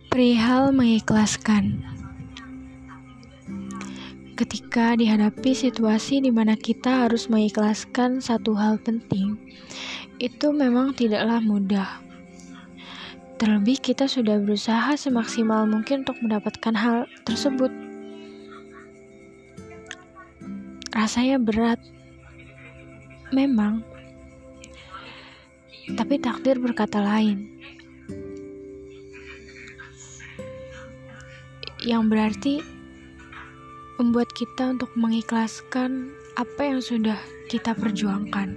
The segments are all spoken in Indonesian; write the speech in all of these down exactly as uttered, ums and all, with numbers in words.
Perihal mengikhlaskan. Ketika dihadapi situasi di mana kita harus mengikhlaskan satu hal penting, itu memang tidaklah mudah. Terlebih kita sudah berusaha semaksimal mungkin untuk mendapatkan hal tersebut. Rasanya berat, memang, tapi takdir berkata lain. Yang berarti membuat kita untuk mengikhlaskan apa yang sudah kita perjuangkan.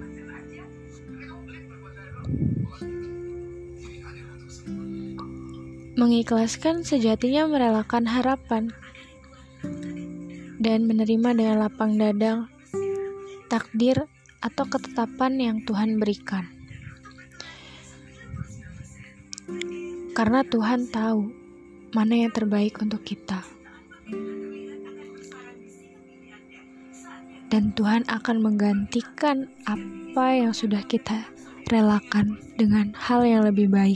Mengikhlaskan sejatinya merelakan harapan dan menerima dengan lapang dada takdir atau ketetapan yang Tuhan berikan. Karena Tuhan tahu mana yang terbaik untuk kita. Dan Tuhan akan menggantikan apa yang sudah kita relakan dengan hal yang lebih baik.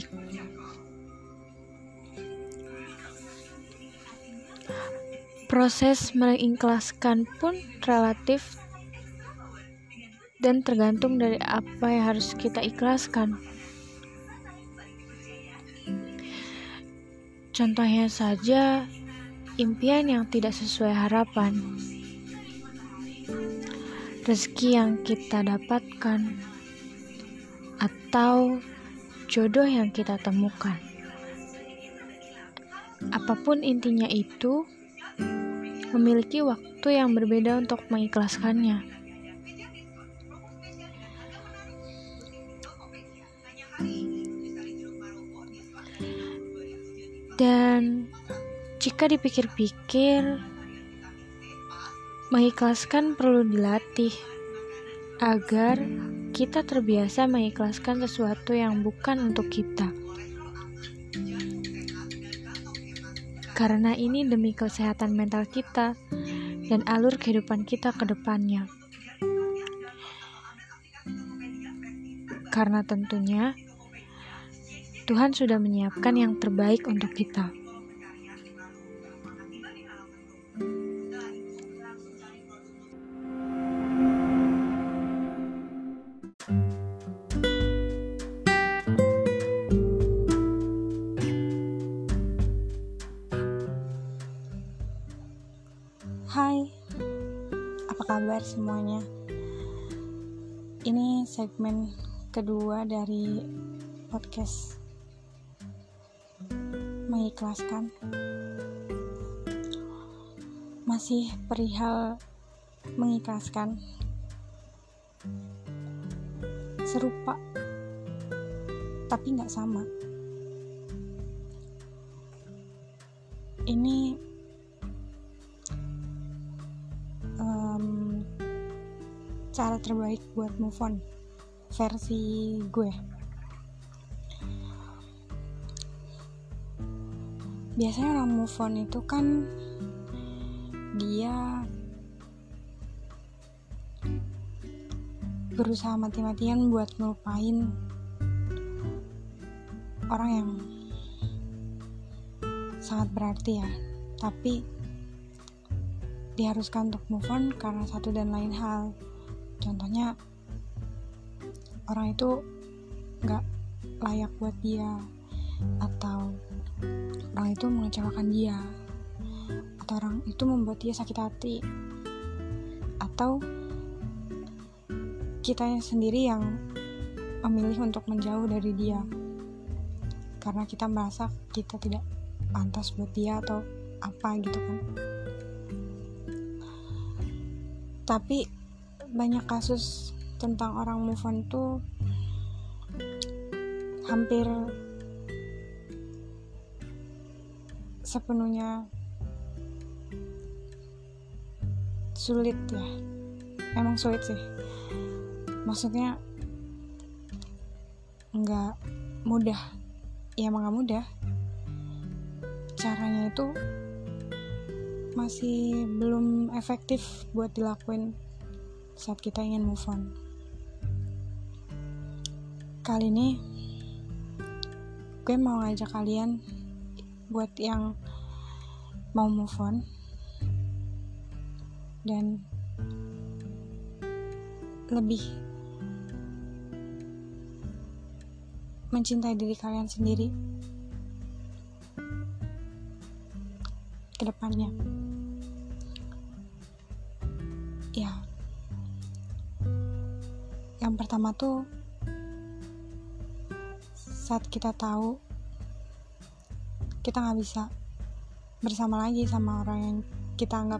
Proses mengikhlaskan pun relatif dan tergantung dari apa yang harus kita ikhlaskan. Contohnya saja, impian yang tidak sesuai harapan, rezeki yang kita dapatkan, atau jodoh yang kita temukan. Apapun intinya itu, memiliki waktu yang berbeda untuk mengikhlaskannya. Dan jika dipikir-pikir, mengikhlaskan perlu dilatih agar kita terbiasa mengikhlaskan sesuatu yang bukan untuk kita. Karena ini demi kesehatan mental kita dan alur kehidupan kita ke depannya. Karena tentunya Tuhan sudah menyiapkan yang terbaik untuk kita. Hai, apa kabar semuanya? Ini segmen kedua dari podcast mengikhlaskan. Masih perihal mengikhlaskan. Serupa, tapi gak sama. Ini um, cara terbaik buat move on versi gue. Biasanya orang move on itu kan dia berusaha mati-matian buat ngelupain orang yang sangat berarti ya, tapi diharuskan untuk move on karena satu dan lain hal. Contohnya orang itu gak layak buat dia, atau orang itu mengecewakan dia, atau orang itu membuat dia sakit hati, atau kitanya sendiri yang memilih untuk menjauh dari dia karena kita merasa kita tidak pantas buat dia atau apa gitu kan. Tapi banyak kasus tentang orang move on tuh hampir sepenuhnya sulit ya. Emang sulit sih. Maksudnya nggak mudah. Ya emang nggak mudah. Caranya itu masih belum efektif buat dilakuin saat kita ingin move on. Kali ini gue mau ngajak kalian buat yang mau move on dan lebih mencintai diri kalian sendiri ke depannya. Ya, yang pertama tuh saat kita tahu kita gak bisa bersama lagi sama orang yang kita anggap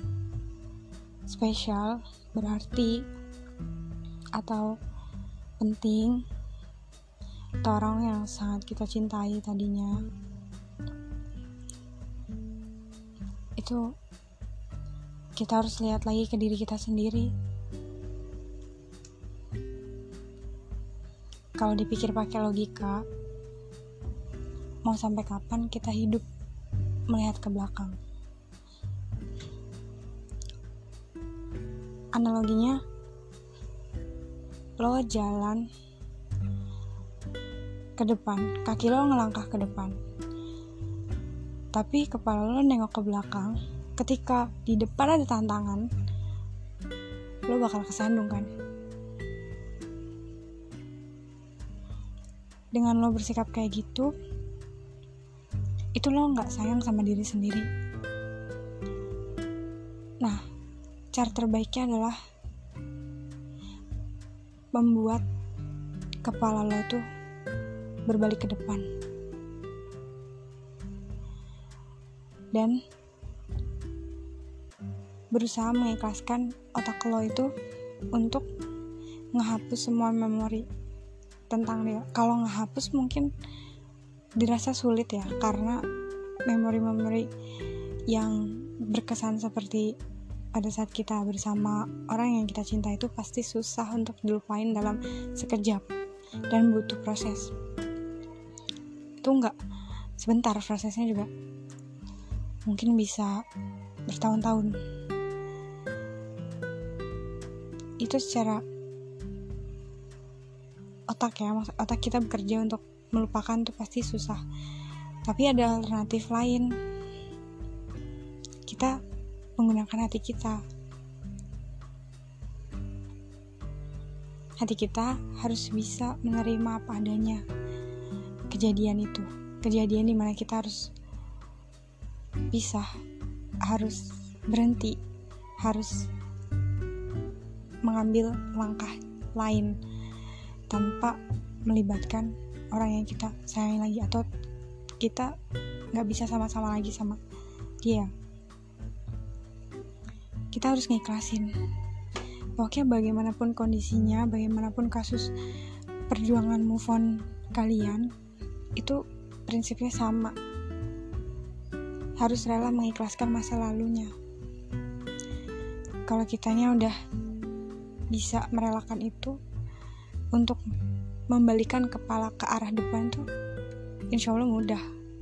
spesial, berarti, atau penting, atau orang yang sangat kita cintai tadinya, itu kita harus lihat lagi ke diri kita sendiri. Kalau dipikir pakai logika, mau sampai kapan kita hidup melihat ke belakang? Analoginya, lo jalan ke depan, kaki lo ngelangkah ke depan, tapi kepala lo nengok ke belakang. Ketika di depan ada tantangan, lo bakal kesandung kan? Dengan lo bersikap kayak gitu, itu lo gak sayang sama diri sendiri. Nah, cara terbaiknya adalah membuat kepala lo tuh berbalik ke depan. Dan berusaha mengikhlaskan otak lo itu untuk ngehapus semua memori tentang dia. Kalau ngehapus mungkin dirasa sulit ya, karena memori-memori yang berkesan seperti pada saat kita bersama orang yang kita cinta itu pasti susah untuk dilupain dalam sekejap dan butuh proses. Itu enggak sebentar, prosesnya juga mungkin bisa bertahun-tahun. Itu secara otak ya, maksud otak kita bekerja untuk melupakan tuh pasti susah. Tapi ada alternatif lain. Kita menggunakan hati kita. Hati kita harus bisa menerima apa adanya kejadian itu. Kejadian dimana kita harus pisah, harus berhenti, harus mengambil langkah lain tanpa melibatkan orang yang kita sayangi lagi, atau kita gak bisa sama-sama lagi sama dia. Kita harus ngiklasin. Pokoknya bagaimanapun kondisinya, bagaimanapun kasus perjuangan move on kalian, itu prinsipnya sama. Harus rela mengikhlaskan masa lalunya. Kalau kitanya udah bisa merelakan itu untuk membalikan kepala ke arah depan tuh insya Allah mudah.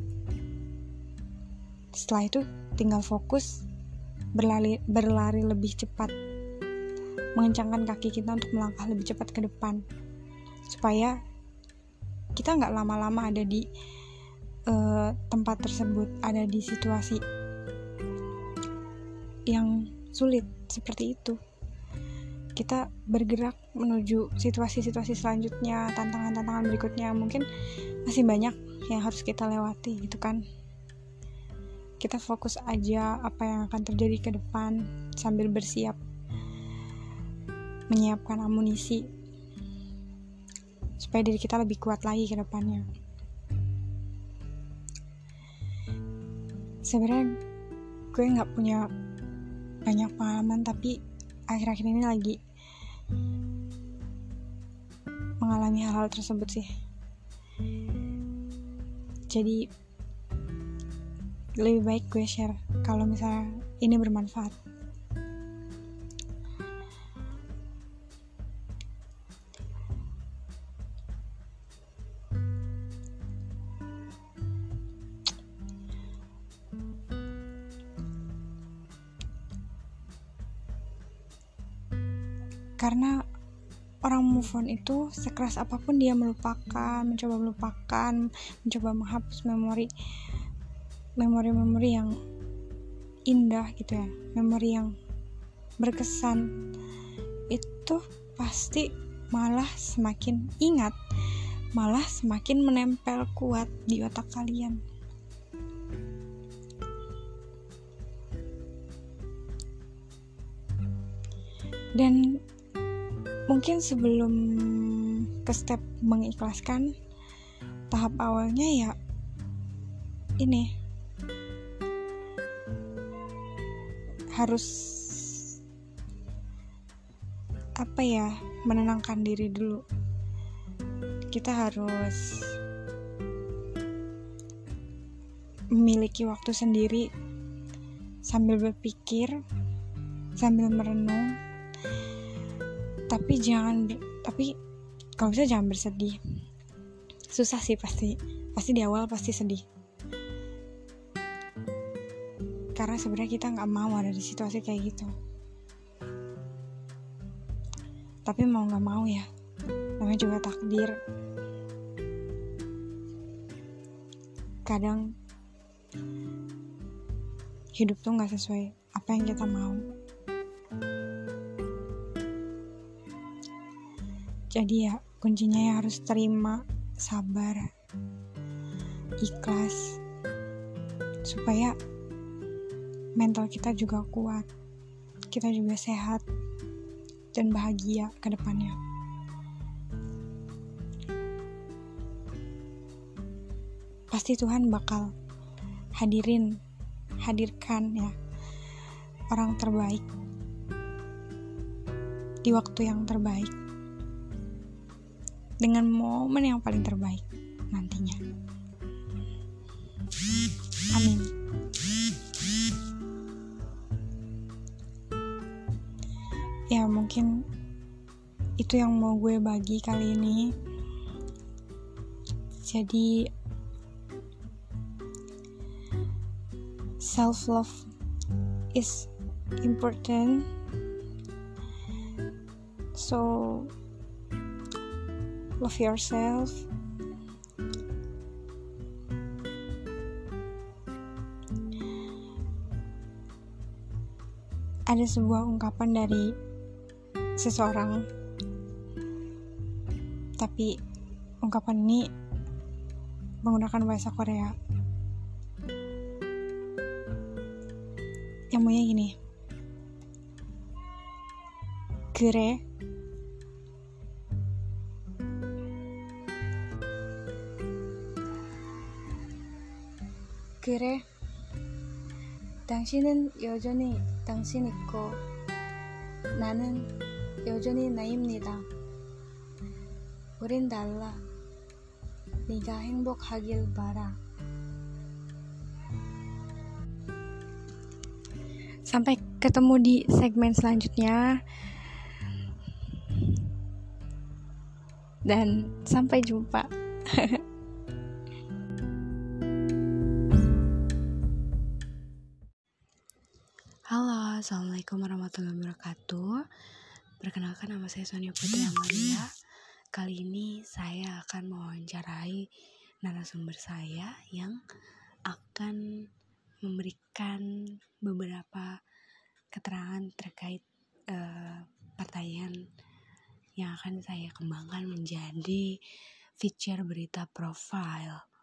Setelah itu tinggal fokus berlari, berlari lebih cepat, mengencangkan kaki kita untuk melangkah lebih cepat ke depan, supaya kita gak lama-lama ada di uh, tempat tersebut, ada di situasi yang sulit seperti itu. Kita bergerak menuju situasi-situasi selanjutnya, tantangan-tantangan berikutnya, mungkin masih banyak yang harus kita lewati gitu kan. Kita fokus aja apa yang akan terjadi ke depan sambil bersiap menyiapkan amunisi supaya diri kita lebih kuat lagi ke depannya. Sebenarnya gue gak punya banyak pengalaman, tapi akhir-akhir ini lagi mengalami hal-hal tersebut sih. Jadi lebih baik gue share kalau misalnya ini bermanfaat. Karena orang move on itu sekeras apapun dia melupakan, mencoba melupakan, mencoba menghapus memori memori-memori yang indah gitu ya, memori yang berkesan, itu pasti malah semakin ingat, malah semakin menempel kuat di otak kalian. Dan mungkin sebelum ke step mengikhlaskan, tahap awalnya ya ini harus apa ya, menenangkan diri dulu. Kita harus memiliki waktu sendiri sambil berpikir, sambil merenung. Tapi jangan tapi kalau bisa jangan bersedih. Susah sih pasti. Pasti di awal pasti sedih. Karena sebenarnya kita nggak mau ada di situasi kayak gitu. Tapi mau nggak mau ya, namanya juga takdir. Kadang hidup tuh nggak sesuai apa yang kita mau. Jadi ya kuncinya ya harus terima, sabar, ikhlas, supaya mental kita juga kuat, kita juga sehat dan bahagia ke depannya. Pasti Tuhan bakal hadirin, hadirkan ya orang terbaik di waktu yang terbaik, dengan momen yang paling terbaik nantinya. Amin. Ya mungkin itu yang mau gue bagi kali ini. Jadi self love is important. So love yourself. Ada sebuah ungkapan dari seseorang, tapi ungkapan ini menggunakan bahasa Korea. Yang punya gini, 그래 그래 당신은 여전히 당신 있고 나는 여전히 나입니다. 우린 달라. 네가 행복하길 바라. Sampai ketemu di segmen selanjutnya. Dan sampai jumpa. Halo, assalamualaikum warahmatullahi wabarakatuh. Perkenalkan, nama saya Sonia Putri Amalia. Kali ini saya akan mewawancarai narasumber saya yang akan memberikan beberapa keterangan terkait uh, pertanyaan yang akan saya kembangkan menjadi feature berita profile.